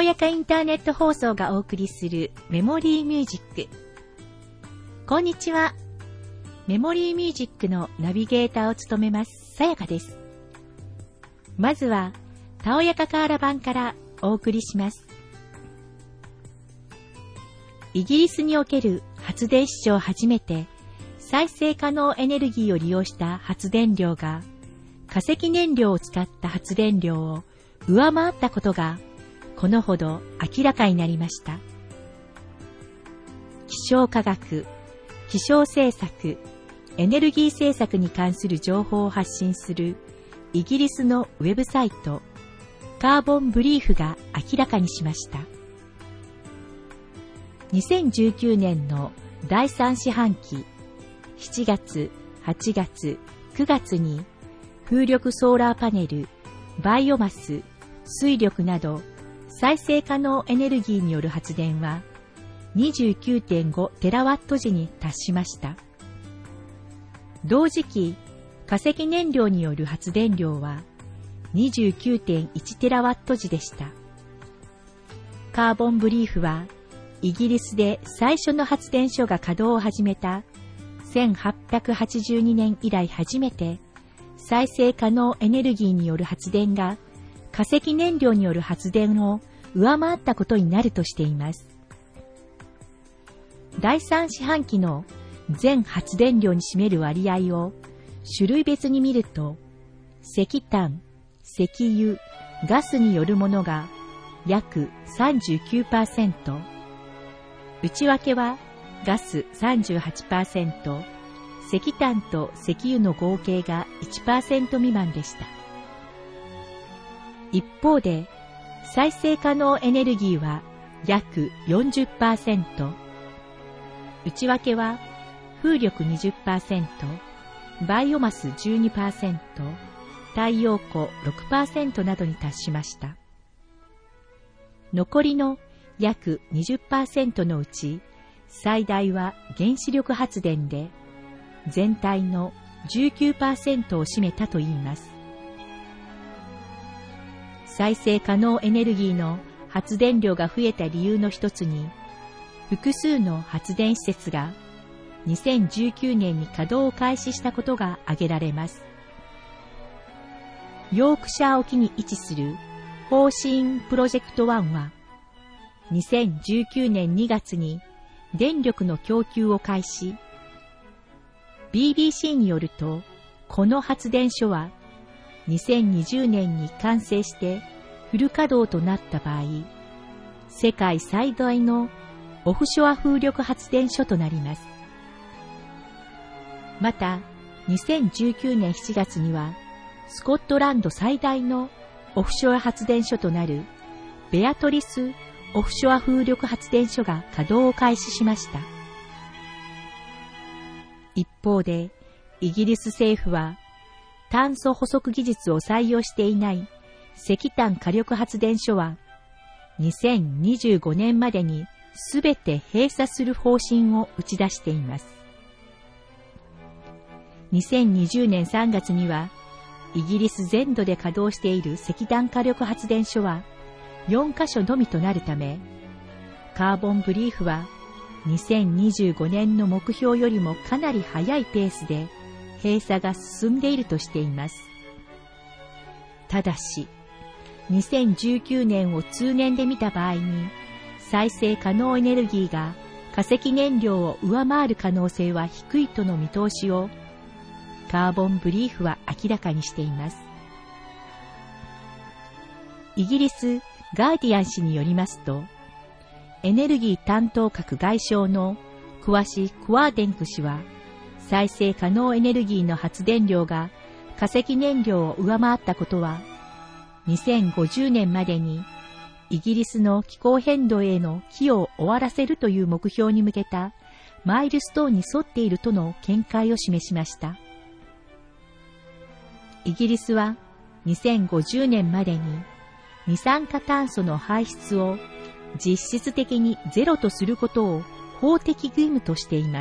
やかインターネット放送がお送りするメモリーミュージック。こんにちは。メモリーミュージックのナビゲーターを務めます、さやかです。まずは、たおやかカーラ版からお送りします。イギリスにおける発電史上初めて、再生可能エネルギーを利用した発電量が、化石燃料を使った発電量を上回ったことが、このほど明らかになりました。気象科学、気象政策、エネルギー政策に関する情報を発信するイギリスのウェブサイト、カーボンブリーフが明らかにしました。2019年の第3四半期、7月、8月、9月に風力ソーラーパネル、バイオマス、水力など再生可能エネルギーによる発電は 29.5 テラワット時に達しました。同時期、化石燃料による発電量は 29.1 テラワット時でした。カーボンブリーフはイギリスで最初の発電所が稼働を始めた1882年以来初めて再生可能エネルギーによる発電が化石燃料による発電を上回ったことになるとしています。第3四半期の全発電量に占める割合を種類別に見ると、石炭、石油、ガスによるものが約 39%、内訳はガス 38%、石炭と石油の合計が 1% 未満でした。一方で、再生可能エネルギーは約 40%、内訳は風力 20%、バイオマス 12%、太陽光 6% などに達しました。残りの約 20% のうち、最大は原子力発電で、全体の 19% を占めたといいます。再生可能エネルギーの発電量が増えた理由の一つに、複数の発電施設が2019年に稼働を開始したことが挙げられます。ヨークシャー沖に位置するホーシーンプロジェクト1は、2019年2月に電力の供給を開始。BBC によると、この発電所は2020年に完成してフル稼働となった場合、世界最大のオフショア風力発電所となります。また、2019年7月には、スコットランド最大のオフショア発電所となるベアトリスオフショア風力発電所が稼働を開始しました。一方で、イギリス政府は、炭素捕捉技術を採用していない石炭火力発電所は、2025年までにすべて閉鎖する方針を打ち出しています。2020年3月には、イギリス全土で稼働している石炭火力発電所は4カ所のみとなるため、カーボンブリーフは2025年の目標よりもかなり早いペースで閉鎖が進んでいるとしています。ただし、2019年を通年で見た場合に、再生可能エネルギーが化石燃料を上回る可能性は低いとの見通しを、カーボンブリーフは明らかにしています。イギリスガーディアン紙によりますと、エネルギー担当閣外相のクワシ・クワーデンク氏は、再生可能エネルギーの発電量が化石燃料を上回ったことは、2050年までにイギリスの気候変動への寄与を終わらせるという目標に向けたマイルストーンに沿っているとの見解を示しました。イギリスは2050年までに二酸化炭素の排出を実質的にゼロとすることを法的義務としています。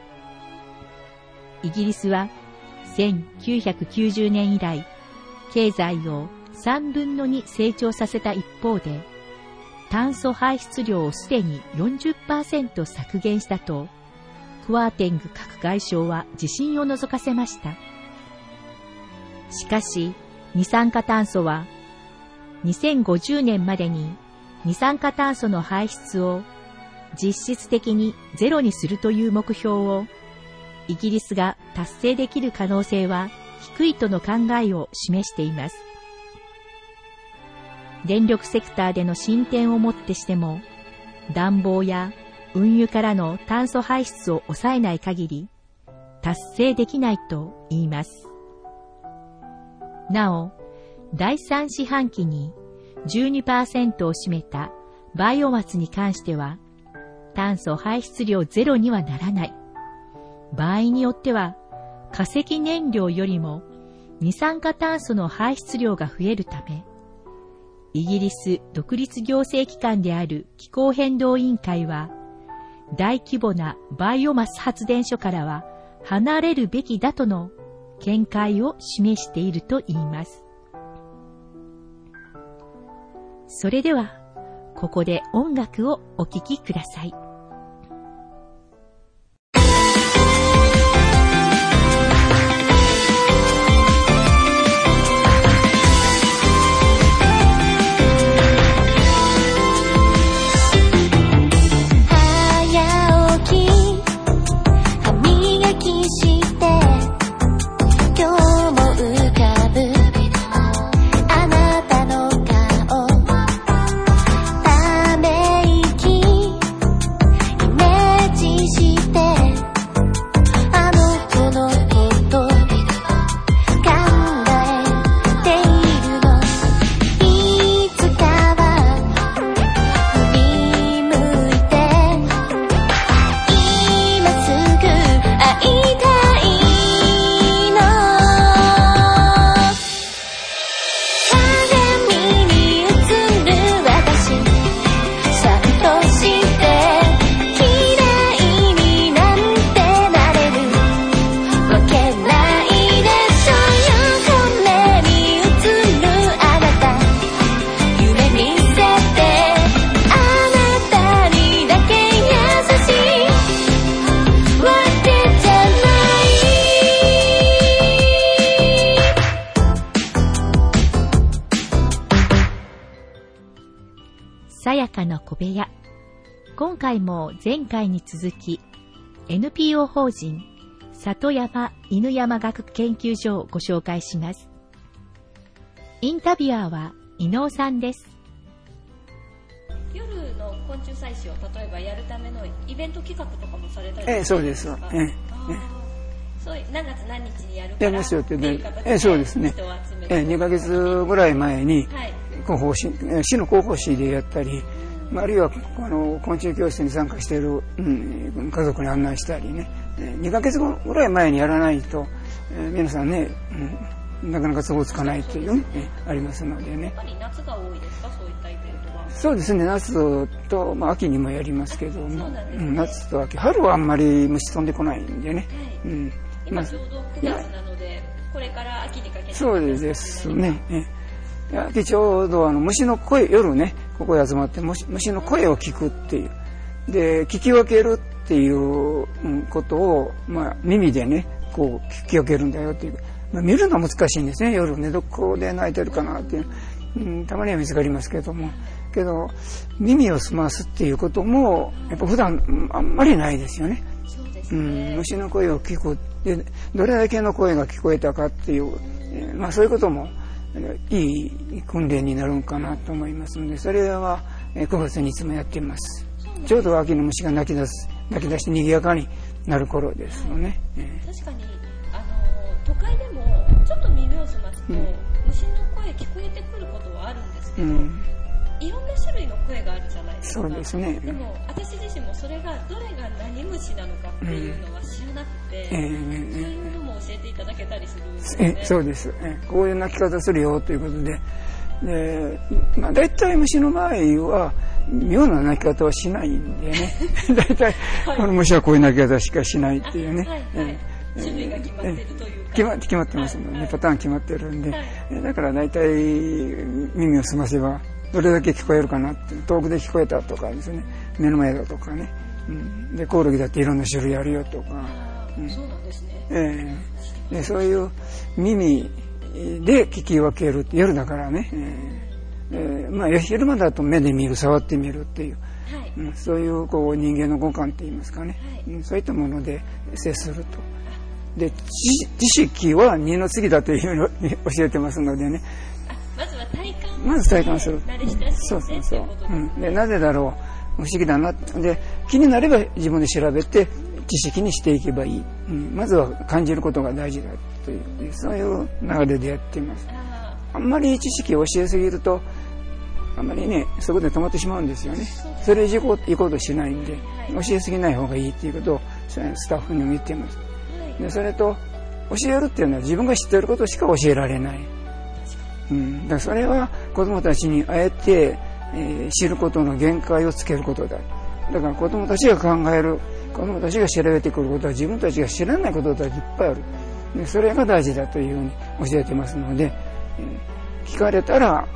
イギリスは1990年以来、経済を3分の2成長させた一方で、 炭素排出量をすでに 40% 削減したと、クワーテング各外相は自信を覗かせました。しかし、二酸化炭素は、2050年までに二酸化炭素の排出を実質的にゼロにするという目標を、イギリスが達成できる可能性は低いとの考えを示しています。電力セクターでの進展をもってしても、暖房や運輸からの炭素排出を抑えない限り、達成できないと言います。なお、第3四半期に 12% を占めたバイオマスに関しては、炭素排出量ゼロにはならない。場合によっては、化石燃料よりも二酸化炭素の排出量が増えるため、イギリス独立行政機関である気候変動委員会は、大規模なバイオマス発電所からは離れるべきだとの見解を示していると言います。それでは、ここで音楽をお聴きください。さやかの小部屋。今回も前回に続き NPO 法人里山犬山学研究所をご紹介します。インタビュアーは伊能さんです。 夜の昆虫採集を例えばやるためのイベント企画とかもされたりするんですか？ そうです。 そういう何月何日にやるやりますよってね。そうですね。2ヶ月ぐらい前に、広報誌、市の広報誌でやったり、あるいは昆虫教室に参加している、家族に案内したりね、2ヶ月ぐらい前にやらないと、皆さんね、なかなか都合つかないという、ありますのでね。やっぱり夏が多いですか、そういったイベントは？そうですね、夏と、秋にもやりますけども、夏と秋、春はあんまり虫飛んでこないんでね。 今ちょうど9月なので、これから秋にかけて。 そうですね。秋ちょうど虫の声、夜ね、ここに集まって虫の声を聞くっていう。で、聞き分けるっていうことを、耳でね、こう聞き分けるんだよっていう。見るのは難しいんですね、夜ね。どこで鳴いてるかなっていう。たまには見つかりますけども。けど、耳を澄ますっていうことも、やっぱ普段あんまりないですよね。虫の声を聞く。で、どれだけの声が聞こえたかっていう、そういうこともいい訓練になるのかなと思いますので、それは9月にいつもやっています。ちょうど秋の虫が鳴き出して賑やかになる頃ですよね。 確かに都会でもちょっと耳を澄ますと、虫の声聞こえてくることはあるんですけど、いろんな種類の声があるじゃないですか。 そうですね。 でも私自身もそれがどれが何虫なのかっていうのは知らなくて、そういうのも教えていただけたりするんですね。 そうです。こういう鳴き方するよということで、だいたい虫の場合は妙な鳴き方はしないんでね。だいたいこの虫はこういう鳴き方しかしないっていうね。 種類が決まってるというか、 決まってますので、ね、パターン決まってるんで、だから大体耳を澄ませばどれだけ聞こえるかなって、遠くで聞こえたとかですね、目の前だとかね、でコオロギだっていろんな種類あるよとか、 そうなんですね。 でそういう耳で聞き分けるって、夜だからね、昼間だと目で見る、触ってみるっていう、そういうこう人間の五感って言いますかね、そういったもので接すると。で知識は二の次だというふうに教えてますのでね、 まずは体感する。 慣れ親しんでそう、でなぜだろう、不思議だなで、気になれば自分で調べて知識にしていけばいい、まずは感じることが大事だという、そういう流れでやっています。あんまり知識を教えすぎるとあんまりね、そこで止まってしまうんですよね。それ以上行こうとしないんで、教えすぎない方がいいっていうことをスタッフにも言っています。でそれと教えるっていうのは自分が知っていることしか教えられない、だからそれは子どもたちにあえて、知ることの限界をつけることだ。だから子どもたちが考える、子どもたちが調べてくることは自分たちが知らないことだっていっぱいある。でそれが大事だというふうに教えてますので、聞かれたら、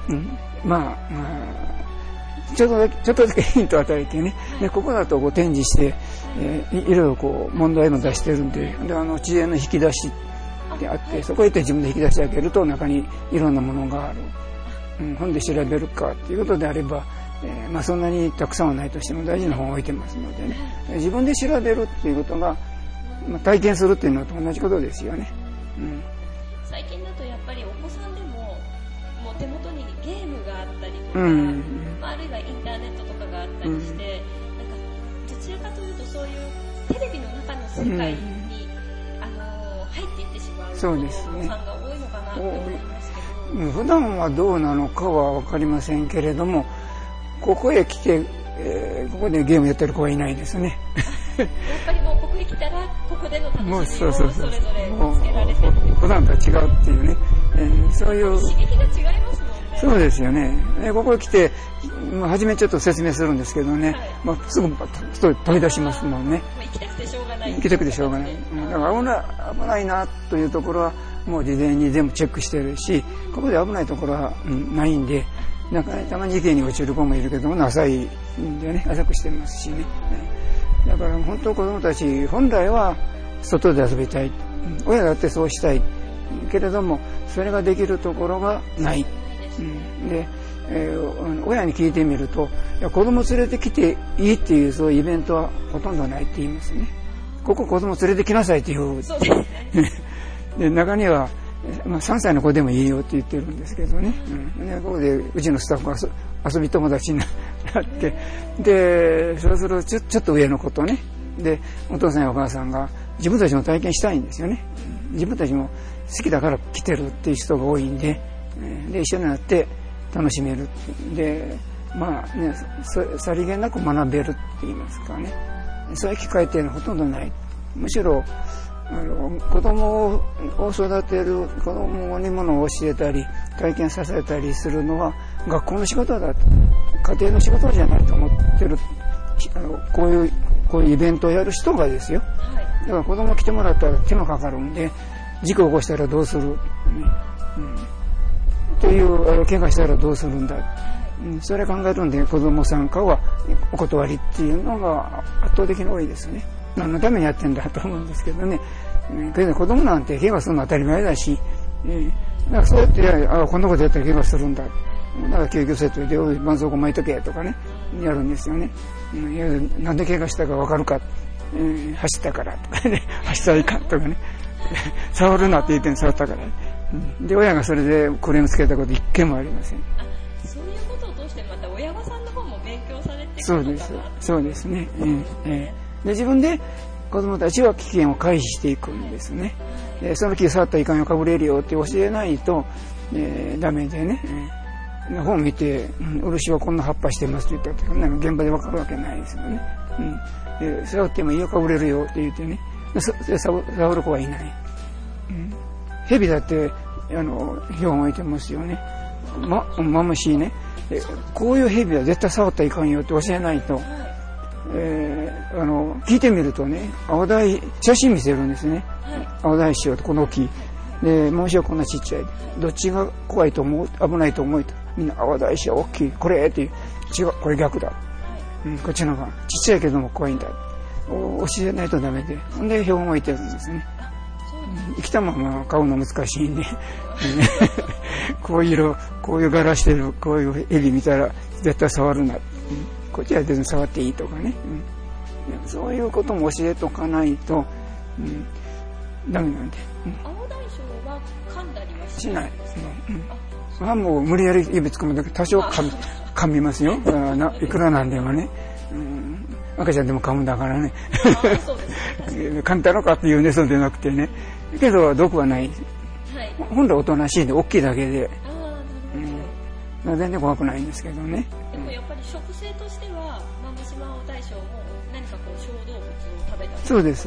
ちょっとだけヒントを与えてね、でここだとこう展示して、いろいろこう問題も出してるんで、知恵の引き出しであって、そこへ行って自分で引き出してあげると中にいろんなものがある。本で調べるかということであれば、そんなにたくさんはないとしても大事な本を置いてますのでね、自分で調べるっていうことが、体験するっていうのと同じことですよね。 最近だとやっぱりお子さんでももう手元にゲームがあったりとか、あるいはインターネットとかがあったりして、なんかどちらかというとそういうテレビの中の世界に、入っていってしまうお子さんが多いのかなと思いますけど、 普段はどうなのかは分かりませんけれども、ここへ来て、ここでゲームやってる子はいないですね。 やっぱりもうここへ来たらここでの楽しみをそれぞれ見つけられてる。 普段とは違うっていうね、そういう刺激が違いますもんね。 そうですよね。ここへ来て初めちょっと説明するんですけどね、すぐ飛び出しますもんね。 行きたくてしょうがない。 行きたくてしょうがない。だから危ないなというところはもう事前に全部チェックしてるし、ここで危ないところはないんで、なんかたまに池に落ちる子もいるけども浅いんでね、浅くしてますしね。だから本当子供たち本来は外で遊びたい、親だってそうしたいけれどもそれができるところがない、で、親に聞いてみると、いや子供連れてきていいっていうそういうイベントはほとんどないって言いますね。ここ子供連れてきなさいっていう。 そうですね。 で中には3歳の子でもいいよって言ってるんですけどね、でここでうちのスタッフが遊び友達になって、でそうするとちょっと上の子とね、でお父さんやお母さんが自分たちも体験したいんですよね。自分たちも好きだから来てるっていう人が多いんで、で一緒になって楽しめるで、さりげなく学べるって言いますかね、そういう機会っていうのはほとんどない。むしろ子供を育てる、子供にものを教えたり体験させたりするのは学校の仕事だと、家庭の仕事じゃないと思ってる、こういうイベントをやる人がですよ。だから子供来てもらったら手間かかるんで、事故を起こしたらどうする、という怪我したらどうするんだ、それ考えるんで子供参加はお断りっていうのが圧倒的に多いですね。何のためにやってんだと思うんですけどね。けど子供なんて怪我するのは当たり前だし、だからそうやってこんなことやったら怪我するんだ、だから救急セットで絆創膏巻いとけとかねやるんですよね。なんで怪我したか分かるか、走ったからとかね、走ったらいかんとかね触るなって言ってん触ったから、で親がそれでクレームつけたこと一件もありません。 そういうことを通してまた親御さんの方も勉強されてくるのかな。 そうですね。で自分で子供たちは危険を回避していくんですね。でその木触ったらいかんよ、かぶれるよって教えないと、ダメでね、本見て、漆はこんな葉っぱしてますって言ったら現場で分かるわけないですよね。で触ってもいいよ、かぶれるよって言ってね、触る子はいない。蛇だって標本置いてますよね。マムシね。こういう蛇は絶対触ったらいかんよって教えないと、 聞いてみるとね、青大、写真見せるんですね。青大師匠とこの木。で、もう一はこんなちっちゃい。どっちが怖いと思う、危ないと思うと。みんな青大師匠大きい。これっていう。違う、これ逆だ。こっちの方がちっちゃいけども怖いんだ。教えないとダメで。ほんで、標本置いてるんですね。生きたまま買うの難しいんで。こういう色、こういう柄してる、こういうエビ見たら絶対触るな。こっちは全然触っていいとかね。そういうことも教えとかないと、ダメなんで。 青大将は噛んだりはしないですね。もう無理やり指つかむだけ多少噛みますよ。いくらなんでもね。赤ちゃんでも噛むんだからね。噛んだのかっていうね、そうでなくてね。けど毒はない。本来おとなしいんで大きいだけで。全然怖くないんですけどね。 でもやっぱり食性としては、マムシマ青大将も何かこう小動物を食べたり。 そうです。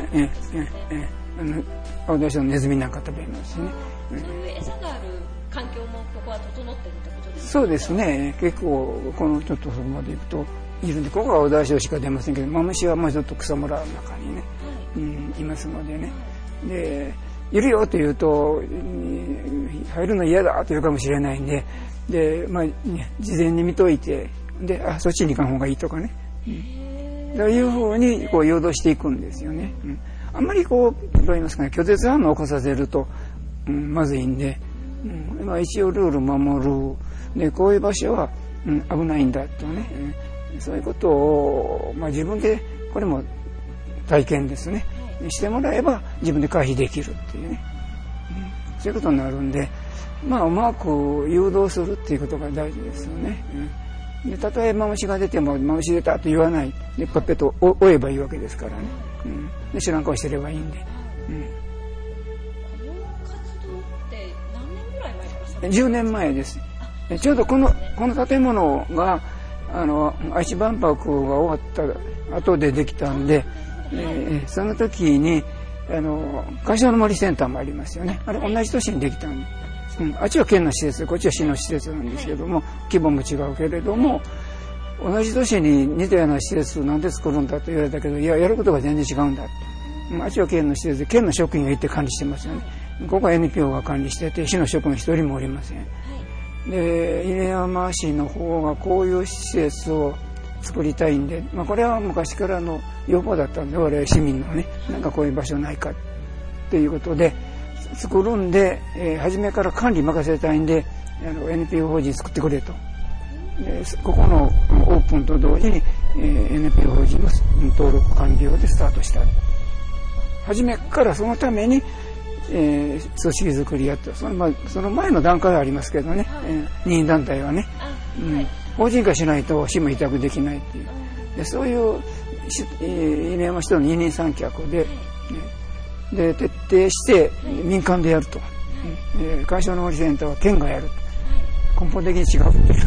青大将のネズミなんか食べますしね。 そういう餌がある環境もここは整ってるってことですか？ そうですね。結構このちょっとそこまで行くといるんで、ここは青大将しか出ませんけど、マムシはもうちょっと草むらの中にね、いますのでね。で、いるよと言うと、入るの嫌だと言うかもしれないんで、事前に見といて、で、そっちに行かん方がいいとかね。そういうふうにこう誘導していくんですよね。あんまりこう、どう言いますかね、拒絶反応を起こさせると、まずいんで、一応ルール守る。で、こういう場所は、危ないんだとね。そういうことを、自分で、これも体験ですね。してもらえば自分で回避できるっていうね。そういうことになるんで、うまく誘導するっていうことが大事ですよね。で、たとえマムシが出ても、マムシ出たと言わない。で、パッペットを追えばいいわけですからね。で、知らん顔してればいいんで。 この活動って何年ぐらい前からされてるんですか ？10年前です。ちょうどこの建物が、愛知万博が終わった後でできたんで、その時に、会社の森センターもありますよね。あれ、同じ年にできたんで。あっちは県の施設で、こっちは市の施設なんですけども、規模も違うけれども、同じ年に似たような施設なんで作るんだと言われたけど、いや、やることが全然違うんだ。あっちは県の施設で、県の職員が行って管理してますよね。ここは NPO が管理してて、市の職員一人もおりません。で、犬山市の方がこういう施設を作りたいんで、これは昔からの要望だったんで、我々市民のね、なんかこういう場所ないかっていうことで、作るんで、初めから管理任せたいんで、NPO 法人作ってくれと。ここのオープンと同時に、NPO 法人の登録完了でスタートした。初めからそのために、組織作りやって、その前の段階はありますけどね、任意団体はね、法人化しないと市も委託できないっていう。で、そういう犬山市との二人三脚で、で、徹底して民間でやると。会社の森センターは県がやると。根本的に違うっていう、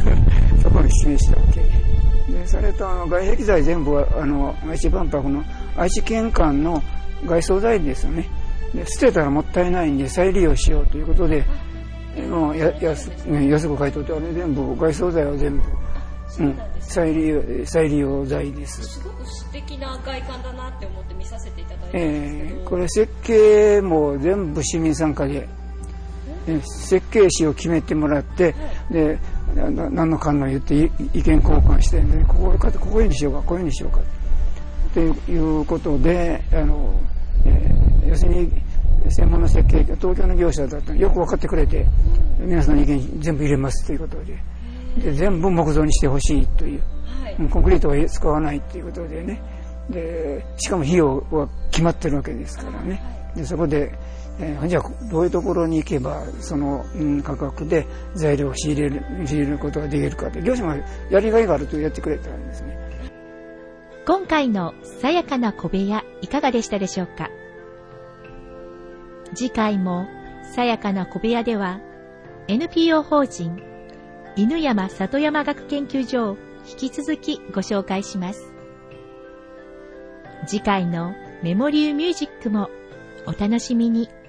そこに示したわけで、それと外壁材全部は愛知万博の愛知県間の外装材ですよね。で、捨てたらもったいないんで再利用しようということで、安く買い取って、あれ全部外装材は全部、再利用材です。 すごく素敵な外観だなって思って見させていただいたんですけど、 これ設計も全部市民参加で、設計士を決めてもらって、で、何のかんの言って意見交換して、ね、ここにしようか、こういうにしようかということで、要するに専門の設計、東京の業者だったらよく分かってくれて、皆さんの意見全部入れますということで、全部木造にしてほしいという、コンクリートは使わないということでね、でしかも費用は決まってるわけですからね。でそこで、じゃあどういうところに行けばその、価格で材料を仕入れることができるかって、業者もやりがいがあるとやってくれたんですね。 今回のさやかな小部屋いかがでしたでしょうか。次回もさやかな小部屋では NPO 法人犬山里山学研究所を引き続きご紹介します。次回のメモリーミュージックもお楽しみに。